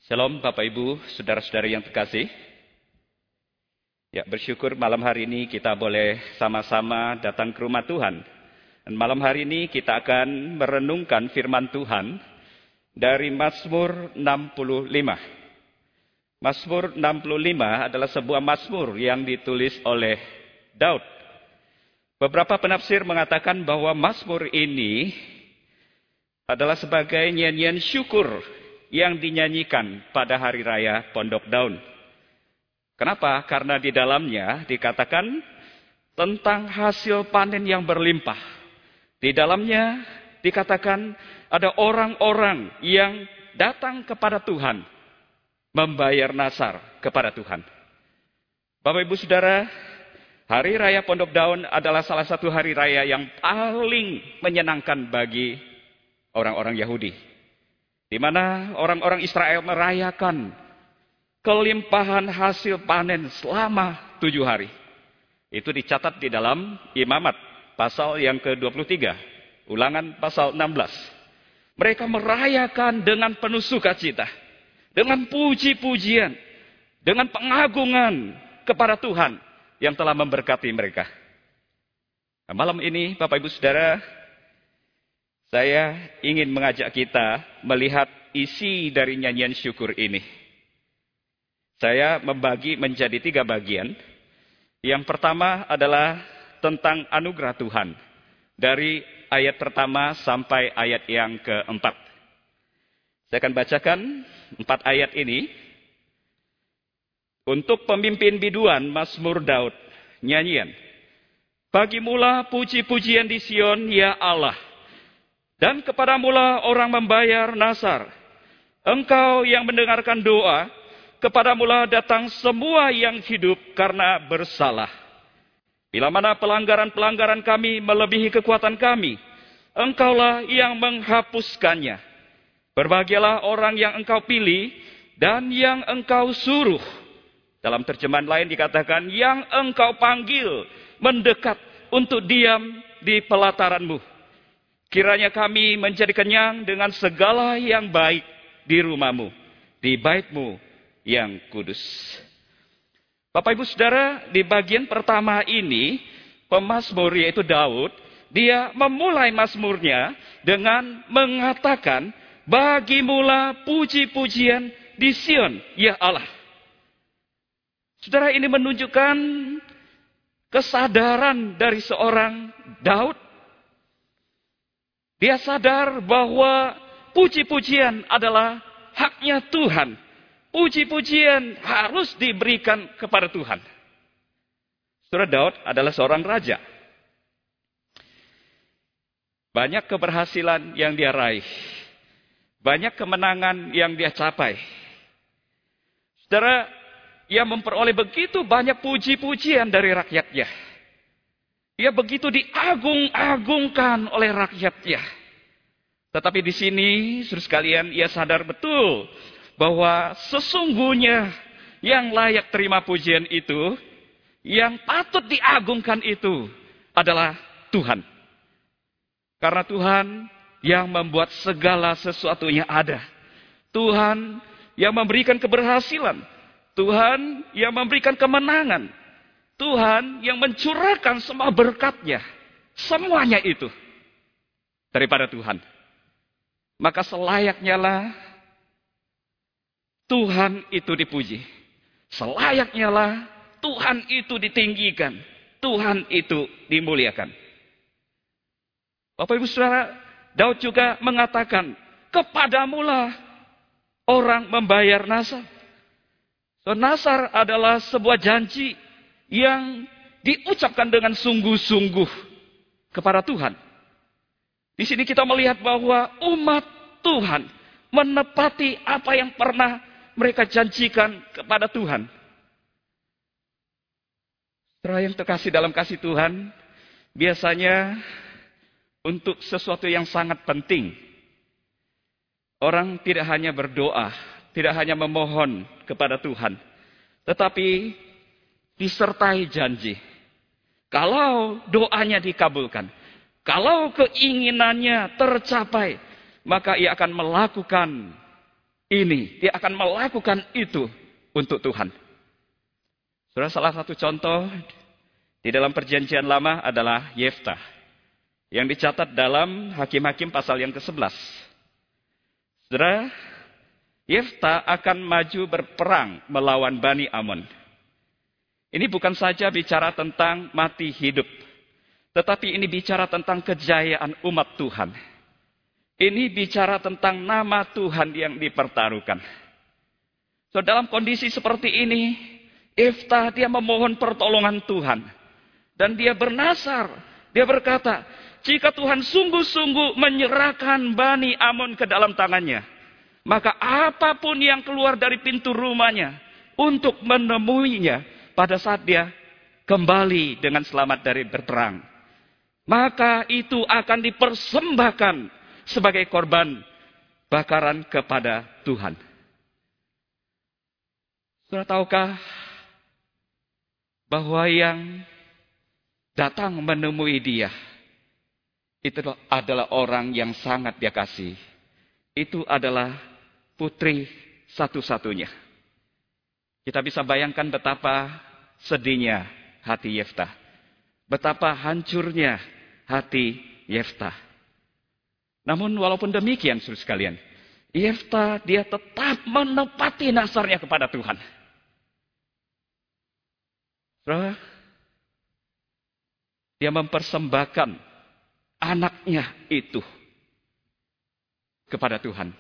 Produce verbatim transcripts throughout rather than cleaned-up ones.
Shalom Bapak Ibu, saudara-saudari yang terkasih. Ya, bersyukur malam hari ini kita boleh sama-sama datang ke rumah Tuhan. Dan malam hari ini kita akan merenungkan firman Tuhan dari Mazmur enam puluh lima. Mazmur enam puluh lima adalah sebuah mazmur yang ditulis oleh Daud. Beberapa penafsir mengatakan bahwa mazmur ini adalah sebagai nyanyian syukur yang dinyanyikan pada hari raya Pondok Daun. Kenapa? Karena di dalamnya dikatakan tentang hasil panen yang berlimpah. Di dalamnya dikatakan ada orang-orang yang datang kepada Tuhan, membayar nasar kepada Tuhan. Bapak Ibu Saudara, hari raya Pondok Daun adalah salah satu hari raya yang paling menyenangkan bagi orang-orang Yahudi, di mana orang-orang Israel merayakan kelimpahan hasil panen selama tujuh hari. Itu dicatat di dalam Imamat pasal yang ke dua puluh tiga, Ulangan pasal enam belas. Mereka merayakan dengan penuh sukacita, dengan puji-pujian, dengan pengagungan kepada Tuhan yang telah memberkati mereka. Nah, malam ini Bapak Ibu Saudara, saya ingin mengajak kita melihat isi dari nyanyian syukur ini. Saya membagi menjadi tiga bagian. Yang pertama adalah tentang anugerah Tuhan. Dari ayat pertama sampai ayat yang keempat. Saya akan bacakan empat ayat ini. Untuk pemimpin biduan Mazmur Daud, nyanyian. Bagimulah puji-pujian di Sion, ya Allah. Dan kepadamulah orang membayar nasar. Engkau yang mendengarkan doa, kepadamulah datang semua yang hidup karena bersalah. Bila mana pelanggaran-pelanggaran kami melebihi kekuatan kami, engkaulah yang menghapuskannya. Berbahagialah orang yang engkau pilih dan yang engkau suruh. Dalam terjemahan lain dikatakan, yang engkau panggil mendekat untuk diam di pelataranmu. Kiranya kami menjadi kenyang dengan segala yang baik di rumahmu, di baitmu yang kudus. Bapak Ibu Saudara, di bagian pertama ini, pemazmur yaitu Daud, dia memulai mazmurnya dengan mengatakan, bagimulah puji-pujian di Sion, ya Allah. Saudara, ini menunjukkan kesadaran dari seorang Daud. Dia sadar bahwa puji-pujian adalah haknya Tuhan. Puji-pujian harus diberikan kepada Tuhan. Saudara, Daud adalah seorang raja. Banyak keberhasilan yang dia raih. Banyak kemenangan yang dia capai. Saudara, ia memperoleh begitu banyak puji-pujian dari rakyatnya. Ia begitu diagung-agungkan oleh rakyatnya. Tetapi di sini, saudara sekalian, ia sadar betul bahwa sesungguhnya yang layak terima pujian itu, yang patut diagungkan itu adalah Tuhan. Karena Tuhan yang membuat segala sesuatunya ada. Tuhan yang memberikan keberhasilan. Tuhan yang memberikan kemenangan. Tuhan yang mencurahkan semua berkat-Nya. Semuanya itu daripada Tuhan. Maka selayaknya lah Tuhan itu dipuji. Selayaknya lah Tuhan itu ditinggikan. Tuhan itu dimuliakan. Bapak Ibu Saudara, Daud juga mengatakan, kepadamulah orang membayar nasar. So, nasar adalah sebuah janji yang diucapkan dengan sungguh-sungguh kepada Tuhan. Di sini kita melihat bahwa umat Tuhan menepati apa yang pernah mereka janjikan kepada Tuhan. Saudara yang terkasih dalam kasih Tuhan, biasanya untuk sesuatu yang sangat penting, orang tidak hanya berdoa, tidak hanya memohon kepada Tuhan, tetapi disertai janji. Kalau doanya dikabulkan, kalau keinginannya tercapai, maka ia akan melakukan ini, dia akan melakukan itu untuk Tuhan. Saudara, salah satu contoh di dalam perjanjian lama adalah Yeftah, yang dicatat dalam Hakim-Hakim pasal yang kesebelas. Saudara, Yeftah akan maju berperang melawan Bani Amon. Ini bukan saja bicara tentang mati hidup, tetapi ini bicara tentang kejayaan umat Tuhan. Ini bicara tentang nama Tuhan yang dipertaruhkan. So, dalam kondisi seperti ini, Yeftah dia memohon pertolongan Tuhan. Dan dia bernasar, dia berkata, jika Tuhan sungguh-sungguh menyerahkan Bani Amon ke dalam tangannya, maka apapun yang keluar dari pintu rumahnya untuk menemuinya pada saat dia kembali dengan selamat dari berperang, maka itu akan dipersembahkan sebagai korban bakaran kepada Tuhan. Saudara, tahukah bahwa yang datang menemui dia itu adalah orang yang sangat dia kasih. Itu adalah putri satu-satunya. Kita bisa bayangkan betapa sedihnya hati Yeftah. Betapa hancurnya hati Yeftah. Namun walaupun demikian, saudara sekalian, Yeftah dia tetap menepati nasarnya kepada Tuhan. Saudara, dia mempersembahkan anaknya itu kepada Tuhan.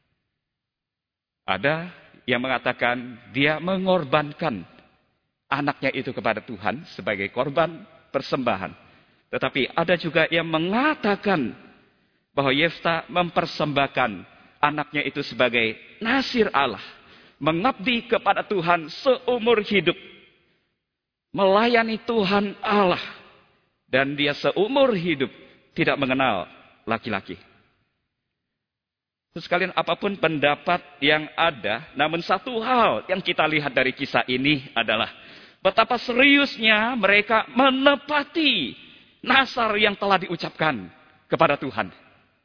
Ada yang mengatakan dia mengorbankan anaknya itu kepada Tuhan sebagai korban persembahan. Tetapi ada juga yang mengatakan bahwa Yeftah mempersembahkan anaknya itu sebagai nasir Allah. Mengabdi kepada Tuhan seumur hidup. Melayani Tuhan Allah. Dan dia seumur hidup tidak mengenal laki-laki. Sekalian apapun pendapat yang ada, namun satu hal yang kita lihat dari kisah ini adalah betapa seriusnya mereka menepati nasar yang telah diucapkan kepada Tuhan.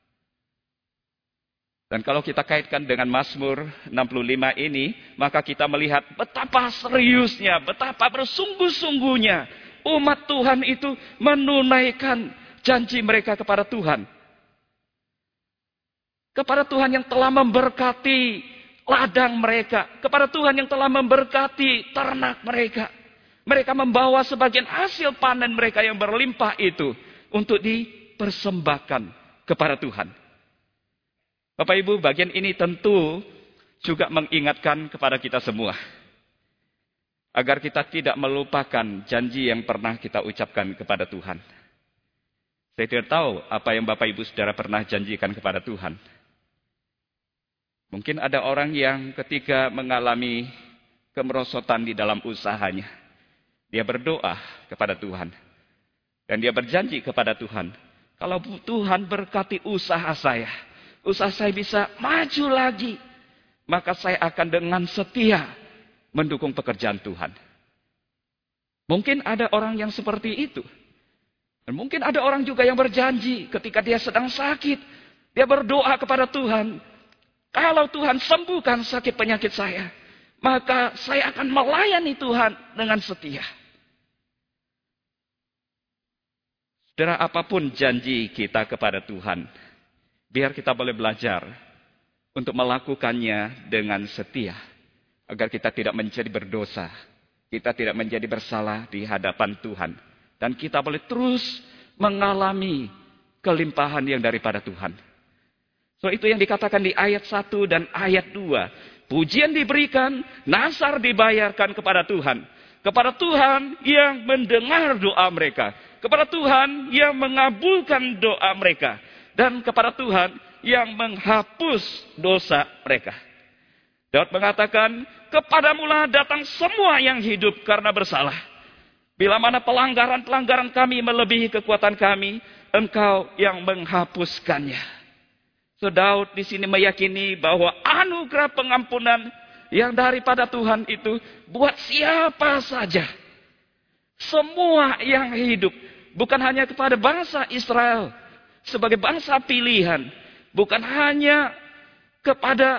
Dan kalau kita kaitkan dengan Mazmur enam puluh lima ini, maka kita melihat betapa seriusnya, betapa bersungguh-sungguhnya umat Tuhan itu menunaikan janji mereka kepada Tuhan. Kepada Tuhan yang telah memberkati ladang mereka. Kepada Tuhan yang telah memberkati ternak mereka. Mereka membawa sebagian hasil panen mereka yang berlimpah itu untuk dipersembahkan kepada Tuhan. Bapak Ibu, bagian ini tentu juga mengingatkan kepada kita semua. Agar kita tidak melupakan janji yang pernah kita ucapkan kepada Tuhan. Saya tidak tahu apa yang Bapak Ibu Saudara pernah janjikan kepada Tuhan. Mungkin ada orang yang ketika mengalami kemerosotan di dalam usahanya, dia berdoa kepada Tuhan. Dan dia berjanji kepada Tuhan, kalau Tuhan berkati usaha saya, usaha saya bisa maju lagi, maka saya akan dengan setia mendukung pekerjaan Tuhan. Mungkin ada orang yang seperti itu. Dan mungkin ada orang juga yang berjanji ketika dia sedang sakit, dia berdoa kepada Tuhan, kalau Tuhan sembuhkan sakit penyakit saya, maka saya akan melayani Tuhan dengan setia. Saudara, apapun janji kita kepada Tuhan, biar kita boleh belajar untuk melakukannya dengan setia. Agar kita tidak menjadi berdosa, kita tidak menjadi bersalah di hadapan Tuhan. Dan kita boleh terus mengalami kelimpahan yang daripada Tuhan. So itu yang dikatakan di ayat satu dan ayat dua. Pujian diberikan, nasar dibayarkan kepada Tuhan. Kepada Tuhan yang mendengar doa mereka. Kepada Tuhan yang mengabulkan doa mereka. Dan kepada Tuhan yang menghapus dosa mereka. Daud mengatakan, kepadamulah datang semua yang hidup karena bersalah. Bila mana pelanggaran-pelanggaran kami melebihi kekuatan kami, Engkau yang menghapuskannya. So, Daud di sini meyakini bahwa anugerah pengampunan yang daripada Tuhan itu buat siapa saja. Semua yang hidup, bukan hanya kepada bangsa Israel sebagai bangsa pilihan, bukan hanya kepada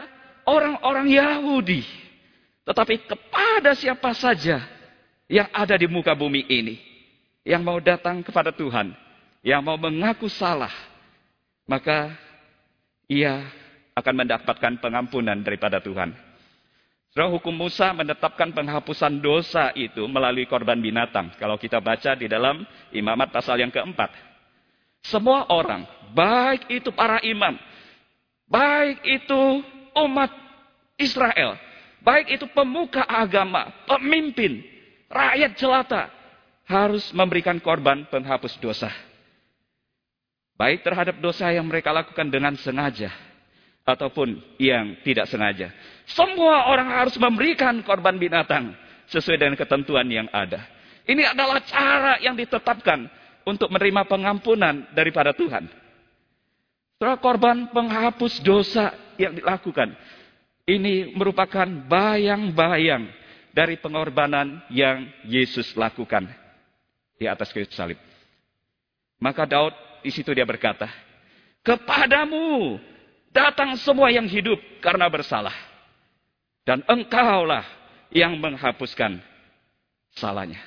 orang-orang Yahudi, tetapi kepada siapa saja yang ada di muka bumi ini, yang mau datang kepada Tuhan, yang mau mengaku salah, maka ia akan mendapatkan pengampunan daripada Tuhan. Saudara, hukum Musa menetapkan penghapusan dosa itu melalui korban binatang. Kalau kita baca di dalam Imamat pasal yang keempat. Semua orang, baik itu para imam, baik itu umat Israel, baik itu pemuka agama, pemimpin, rakyat jelata, harus memberikan korban penghapus dosa. Baik terhadap dosa yang mereka lakukan dengan sengaja, ataupun yang tidak sengaja. Semua orang harus memberikan korban binatang sesuai dengan ketentuan yang ada. Ini adalah cara yang ditetapkan untuk menerima pengampunan daripada Tuhan. Setelah korban penghapus dosa yang dilakukan, ini merupakan bayang-bayang dari pengorbanan yang Yesus lakukan di atas kayu salib. Maka Daud di situ dia berkata, "Kepadamu datang semua yang hidup karena bersalah, dan engkaulah yang menghapuskan salahnya."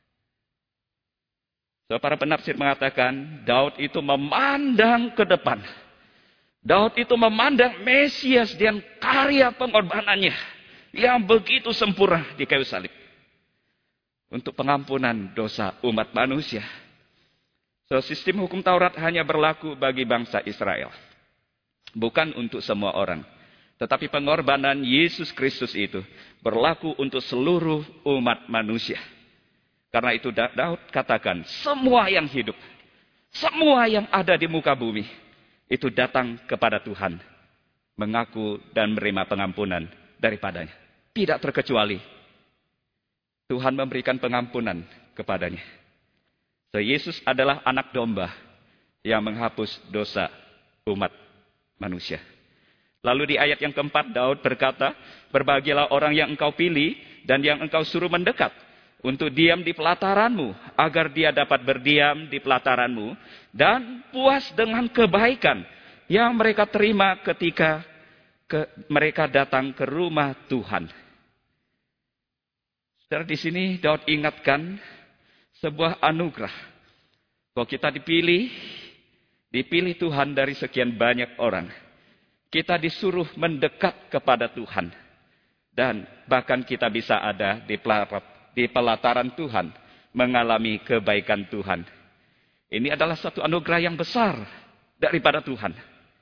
So, para penafsir mengatakan, Daud itu memandang ke depan. Daud itu memandang Mesias dan karya pengorbanannya yang begitu sempurna di kayu salib untuk pengampunan dosa umat manusia. So, sistem hukum Taurat hanya berlaku bagi bangsa Israel, bukan untuk semua orang. Tetapi pengorbanan Yesus Kristus itu berlaku untuk seluruh umat manusia. Karena itu Daud katakan, semua yang hidup, semua yang ada di muka bumi, itu datang kepada Tuhan, mengaku dan menerima pengampunan daripadanya. Tidak terkecuali, Tuhan memberikan pengampunan kepadanya. So, Yesus adalah anak domba yang menghapus dosa umat manusia. Lalu di ayat yang keempat, Daud berkata, "Berbahagialah orang yang engkau pilih dan yang engkau suruh mendekat untuk diam di pelataranmu, agar dia dapat berdiam di pelataranmu dan puas dengan kebaikan yang mereka terima ketika ke, mereka datang ke rumah Tuhan." Saudara, di sini Daud ingatkan sebuah anugerah. Kalau kita dipilih, dipilih Tuhan dari sekian banyak orang, kita disuruh mendekat kepada Tuhan. Dan bahkan kita bisa ada di pelataran di pelataran Tuhan, mengalami kebaikan Tuhan. Ini adalah satu anugerah yang besar daripada Tuhan.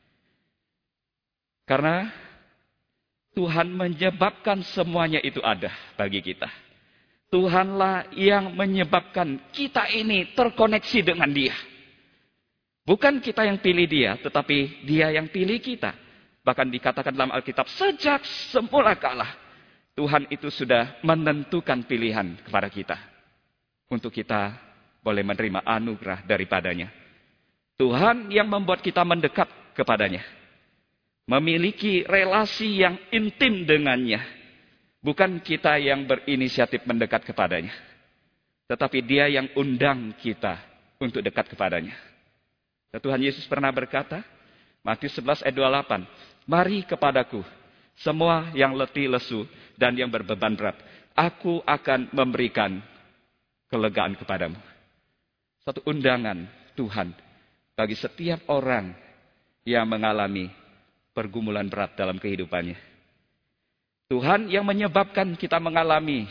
Karena Tuhan menyebabkan semuanya itu ada bagi kita. Tuhanlah yang menyebabkan kita ini terkoneksi dengan Dia. Bukan kita yang pilih Dia, tetapi Dia yang pilih kita. Bahkan dikatakan dalam Alkitab, sejak semula kala Tuhan itu sudah menentukan pilihan kepada kita, untuk kita boleh menerima anugerah daripadanya. Tuhan yang membuat kita mendekat kepadanya, memiliki relasi yang intim dengannya. Bukan kita yang berinisiatif mendekat kepadanya, tetapi Dia yang undang kita untuk dekat kepadanya. Tuhan Yesus pernah berkata, Matius sebelas ayat dua puluh delapan, "Mari kepadaku semua yang letih lesu dan yang berbeban berat, aku akan memberikan kelegaan kepadamu." Satu undangan Tuhan bagi setiap orang yang mengalami pergumulan berat dalam kehidupannya. Tuhan yang menyebabkan kita mengalami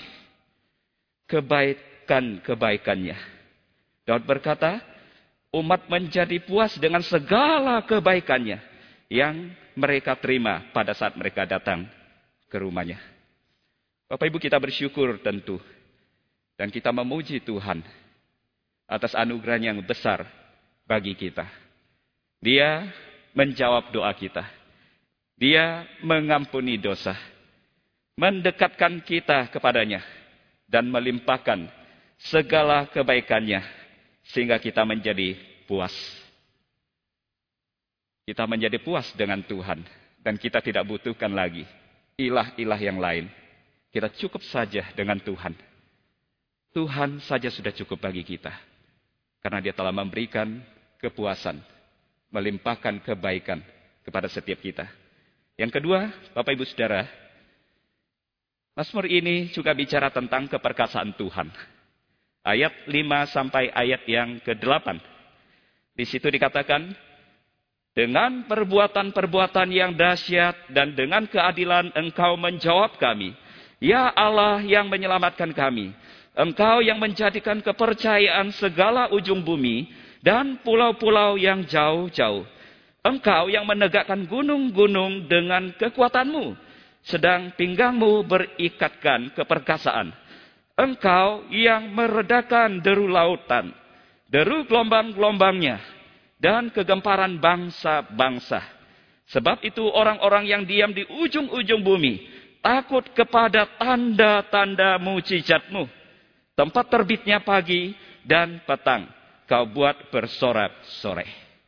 kebaikan-kebaikannya. Daud berkata, umat menjadi puas dengan segala kebaikannya yang mereka terima pada saat mereka datang ke rumahnya. Bapak Ibu, kita bersyukur tentu. Dan kita memuji Tuhan atas anugerah yang besar bagi kita. Dia menjawab doa kita. Dia mengampuni dosa. Mendekatkan kita kepadanya. Dan melimpahkan segala kebaikannya. Sehingga kita menjadi puas. Kita menjadi puas dengan Tuhan. Dan kita tidak butuhkan lagi ilah-ilah yang lain. Kita cukup saja dengan Tuhan. Tuhan saja sudah cukup bagi kita. Karena Dia telah memberikan kepuasan. Melimpahkan kebaikan kepada setiap kita. Yang kedua, Bapak Ibu Saudara, Mazmur ini juga bicara tentang keperkasaan Tuhan. Ayat lima sampai ayat yang kedelapan. Di situ dikatakan, dengan perbuatan-perbuatan yang dahsyat dan dengan keadilan Engkau menjawab kami. Ya Allah yang menyelamatkan kami. Engkau yang menjadikan kepercayaan segala ujung bumi dan pulau-pulau yang jauh-jauh. Engkau yang menegakkan gunung-gunung dengan kekuatanmu, sedang pinggangmu berikatkan keperkasaan. Engkau yang meredakan deru lautan, deru gelombang-gelombangnya, dan kegemparan bangsa-bangsa. Sebab itu orang-orang yang diam di ujung-ujung bumi takut kepada tanda-tanda mujizat-Mu. Tempat terbitnya pagi dan petang, Kau buat bersorak-sorai.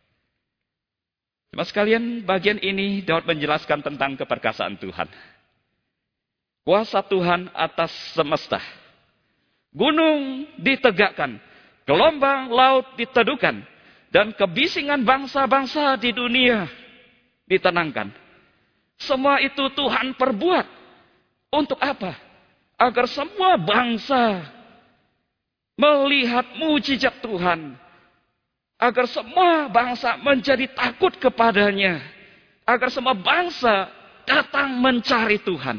Mas sekalian, bagian ini Daud menjelaskan tentang keperkasaan Tuhan. Kuasa Tuhan atas semesta. Gunung ditegakkan, gelombang laut diteduhkan, dan kebisingan bangsa-bangsa di dunia ditenangkan. Semua itu Tuhan perbuat. Untuk apa? Agar semua bangsa melihat mujizat Tuhan. Agar semua bangsa menjadi takut kepadanya. Agar semua bangsa datang mencari Tuhan.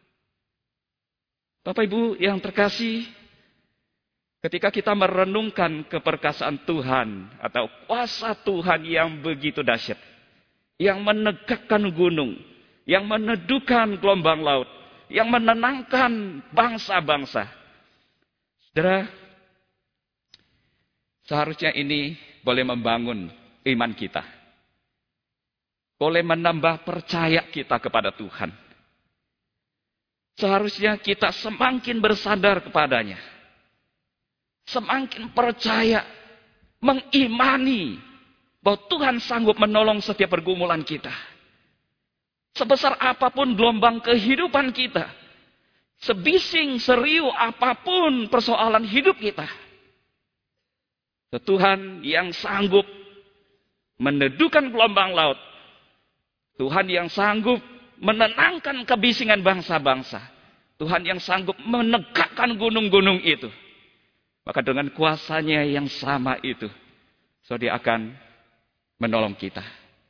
Bapak Ibu yang terkasih, ketika kita merenungkan keperkasaan Tuhan atau kuasa Tuhan yang begitu dahsyat, yang menegakkan gunung, yang meneduhkan gelombang laut, yang menenangkan bangsa-bangsa. Saudara, seharusnya ini boleh membangun iman kita. Boleh menambah percaya kita kepada Tuhan. Seharusnya kita semakin bersandar kepadanya. Semakin percaya, mengimani bahwa Tuhan sanggup menolong setiap pergumulan kita. Sebesar apapun gelombang kehidupan kita, sebising, seriu apapun persoalan hidup kita, Tuhan yang sanggup meneduhkan gelombang laut, Tuhan yang sanggup menenangkan kebisingan bangsa-bangsa, Tuhan yang sanggup menegakkan gunung-gunung itu. Maka dengan kuasanya yang sama itu, so dia akan menolong kita.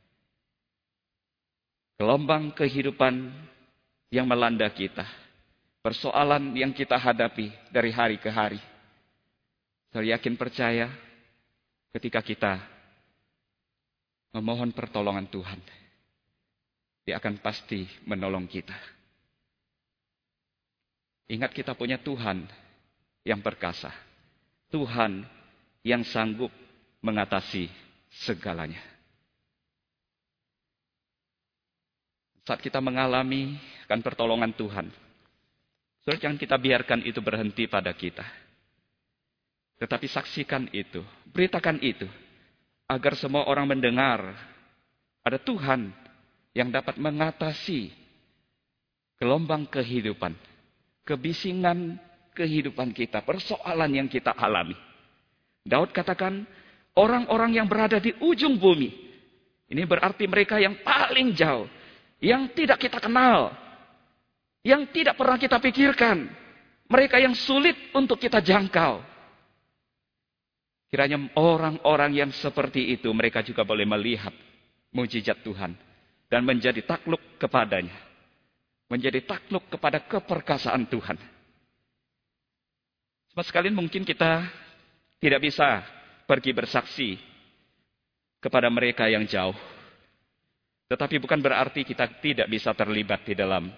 Gelombang kehidupan yang melanda kita, persoalan yang kita hadapi dari hari ke hari, saya yakin percaya ketika kita memohon pertolongan Tuhan, dia akan pasti menolong kita. Ingat, kita punya Tuhan yang perkasa. Tuhan yang sanggup mengatasi segalanya. Saat kita mengalami akan pertolongan Tuhan, saudara, jangan kita biarkan itu berhenti pada kita. Tetapi saksikan itu, beritakan itu, agar semua orang mendengar ada Tuhan yang dapat mengatasi gelombang kehidupan, kebisingan kehidupan kita, persoalan yang kita alami. Daud katakan, orang-orang yang berada di ujung bumi, ini berarti mereka yang paling jauh, yang tidak kita kenal, yang tidak pernah kita pikirkan, mereka yang sulit untuk kita jangkau. Kiranya orang-orang yang seperti itu, mereka juga boleh melihat mujizat Tuhan dan menjadi takluk kepadanya, menjadi takluk kepada keperkasaan Tuhan. Semua sekalian, mungkin kita tidak bisa pergi bersaksi kepada mereka yang jauh. Tetapi bukan berarti kita tidak bisa terlibat di dalam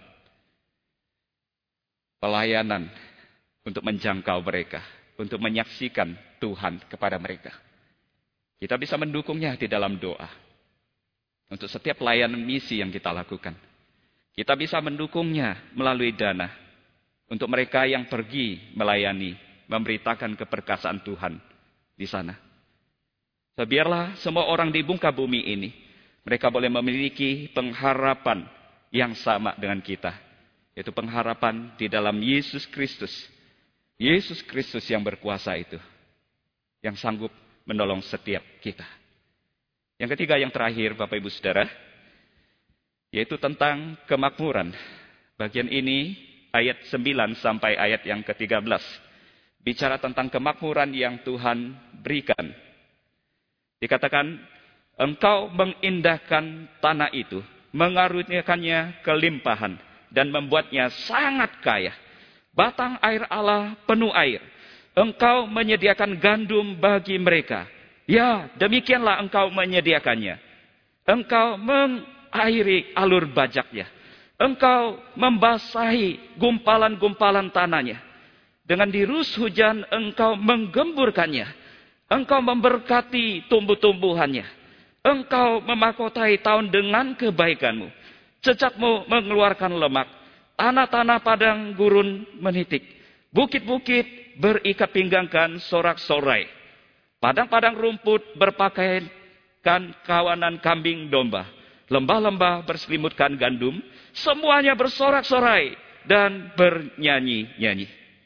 pelayanan untuk menjangkau mereka, untuk menyaksikan Tuhan kepada mereka. Kita bisa mendukungnya di dalam doa. Untuk setiap pelayanan misi yang kita lakukan. Kita bisa mendukungnya melalui dana. Untuk mereka yang pergi melayani, memberitakan keperkasaan Tuhan di sana. So, biarlah semua orang di muka bumi ini, mereka boleh memiliki pengharapan yang sama dengan kita. Yaitu pengharapan di dalam Yesus Kristus. Yesus Kristus yang berkuasa itu. Yang sanggup menolong setiap kita. Yang ketiga, yang terakhir, Bapak Ibu Saudara. yaitu tentang kemakmuran. Bagian ini ayat sembilan sampai ayat yang ke tiga belas. Bicara tentang kemakmuran yang Tuhan berikan. Dikatakan, engkau mengindahkan tanah itu, mengaruniakannya kelimpahan, dan membuatnya sangat kaya. Batang air Allah penuh air. Engkau menyediakan gandum bagi mereka. Ya, demikianlah engkau menyediakannya. Engkau mengairi alur bajaknya. Engkau membasahi gumpalan-gumpalan tanahnya. Dengan dirus hujan engkau menggemburkannya. Engkau memberkati tumbuh-tumbuhannya. Engkau memahkotai tahun dengan kebaikanmu. Cecakmu mengeluarkan lemak. Tanah-tanah padang gurun menitik. Bukit-bukit berikat pinggangkan sorak-sorai. Padang-padang rumput berpakaikan kawanan kambing domba. Lembah-lembah berselimutkan gandum. Semuanya bersorak-sorai dan bernyanyi-nyanyi.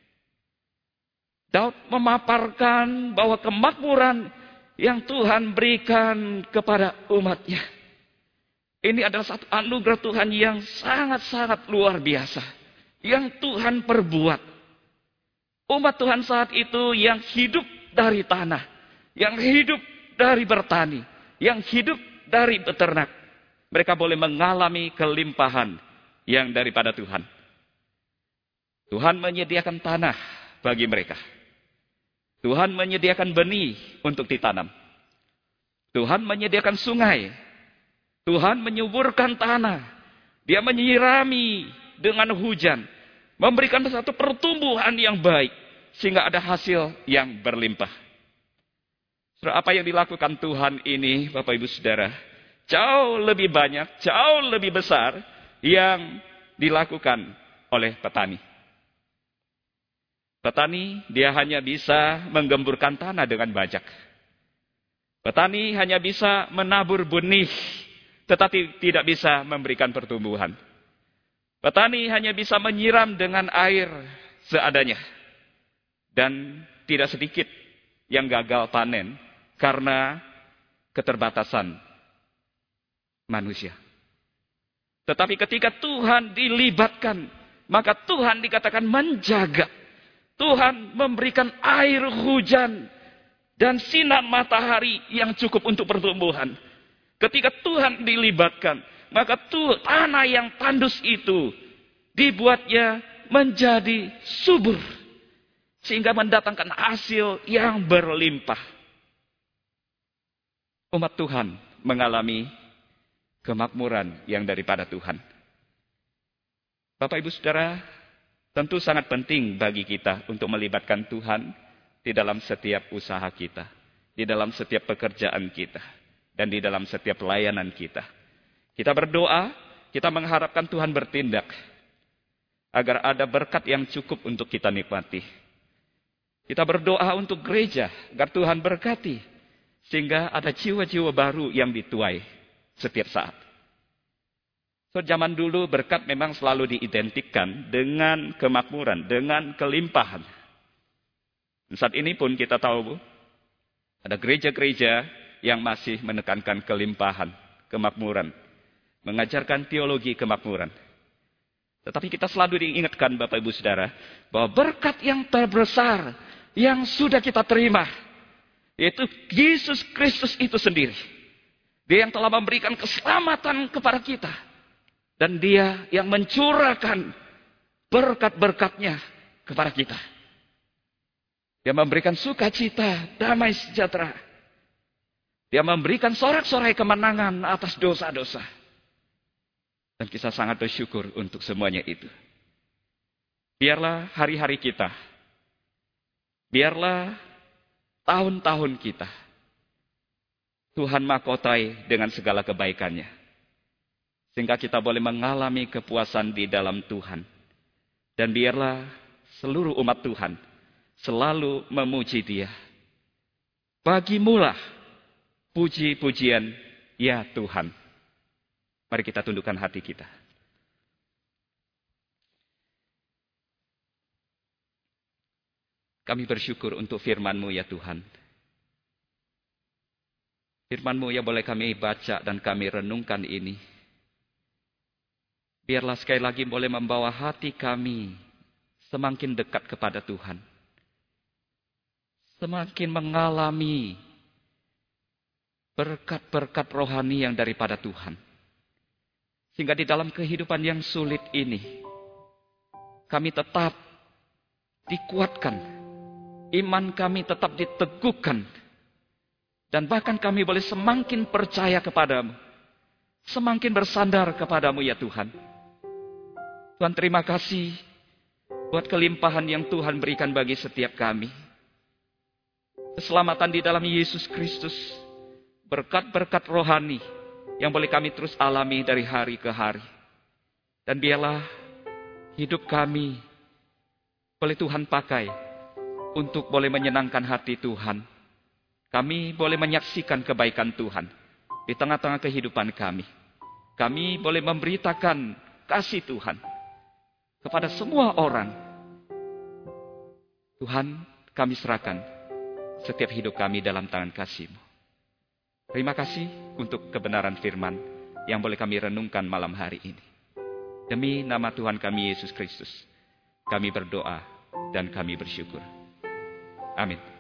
Daud memaparkan bahwa kemakmuran yang Tuhan berikan kepada umatnya. Ini adalah satu anugerah Tuhan yang sangat-sangat luar biasa. Yang Tuhan perbuat. Umat Tuhan saat itu yang hidup dari tanah. Yang hidup dari bertani. Yang hidup dari beternak. Mereka boleh mengalami kelimpahan yang daripada Tuhan. Tuhan menyediakan tanah bagi mereka. Tuhan menyediakan benih untuk ditanam. Tuhan menyediakan sungai. Tuhan menyuburkan tanah. Dia menyirami dengan hujan. Memberikan satu pertumbuhan yang baik. Sehingga ada hasil yang berlimpah. Apa yang dilakukan Tuhan ini, Bapak Ibu Saudara, jauh lebih banyak, jauh lebih besar yang dilakukan oleh petani. Petani, dia hanya bisa menggemburkan tanah dengan bajak. Petani hanya bisa menabur benih, tetapi tidak bisa memberikan pertumbuhan. Petani hanya bisa menyiram dengan air seadanya. Dan tidak sedikit yang gagal panen karena keterbatasan manusia. Tetapi ketika Tuhan dilibatkan, maka Tuhan dikatakan menjaga. Tuhan memberikan air hujan dan sinar matahari yang cukup untuk pertumbuhan. Ketika Tuhan dilibatkan, maka tuh, tanah yang tandus itu dibuatnya menjadi subur. Sehingga mendatangkan hasil yang berlimpah. Umat Tuhan mengalami kemakmuran yang daripada Tuhan. Bapak Ibu Saudara, tentu sangat penting bagi kita untuk melibatkan Tuhan di dalam setiap usaha kita, di dalam setiap pekerjaan kita, dan di dalam setiap pelayanan kita. Kita berdoa, kita mengharapkan Tuhan bertindak, agar ada berkat yang cukup untuk kita nikmati. Kita berdoa untuk gereja, agar Tuhan berkati, sehingga ada jiwa-jiwa baru yang dituai setiap saat. So, zaman dulu berkat memang selalu diidentikan dengan kemakmuran, dengan kelimpahan. Dan saat ini pun kita tahu, ada gereja-gereja yang masih menekankan kelimpahan, kemakmuran. Mengajarkan teologi kemakmuran. Tetapi kita selalu diingatkan Bapak Ibu Saudara, bahwa berkat yang terbesar yang sudah kita terima, yaitu Yesus Kristus itu sendiri. Dia yang telah memberikan keselamatan kepada kita. Dan dia yang mencurahkan berkat-berkatnya kepada kita. Dia memberikan sukacita, damai sejahtera. Dia memberikan sorak-sorai kemenangan atas dosa-dosa. Dan kita sangat bersyukur untuk semuanya itu. Biarlah hari-hari kita, biarlah tahun-tahun kita, Tuhan mahkotai dengan segala kebaikannya. Sehingga kita boleh mengalami kepuasan di dalam Tuhan. Dan biarlah seluruh umat Tuhan selalu memuji Dia. Bagimulah puji-pujian, ya Tuhan. Mari kita tundukkan hati kita. Kami bersyukur untuk firman-Mu ya Tuhan. Firman-Mu ya boleh kami baca dan kami renungkan ini. Biarlah sekali lagi boleh membawa hati kami semakin dekat kepada Tuhan. Semakin mengalami berkat-berkat rohani yang daripada Tuhan. Sehingga di dalam kehidupan yang sulit ini, kami tetap dikuatkan. Iman kami tetap diteguhkan. Dan bahkan kami boleh semakin percaya kepadamu. Semakin bersandar kepadamu ya Tuhan. Tuhan, terima kasih buat kelimpahan yang Tuhan berikan bagi setiap kami. Keselamatan di dalam Yesus Kristus. Berkat-berkat rohani yang boleh kami terus alami dari hari ke hari. Dan biarlah hidup kami boleh Tuhan pakai untuk boleh menyenangkan hati Tuhan. Kami boleh menyaksikan kebaikan Tuhan di tengah-tengah kehidupan kami. Kami boleh memberitakan kasih Tuhan kepada semua orang. Tuhan, kami serahkan setiap hidup kami dalam tangan kasih-Mu. Terima kasih untuk kebenaran firman yang boleh kami renungkan malam hari ini. Demi nama Tuhan kami Yesus Kristus, kami berdoa dan kami bersyukur. Amin.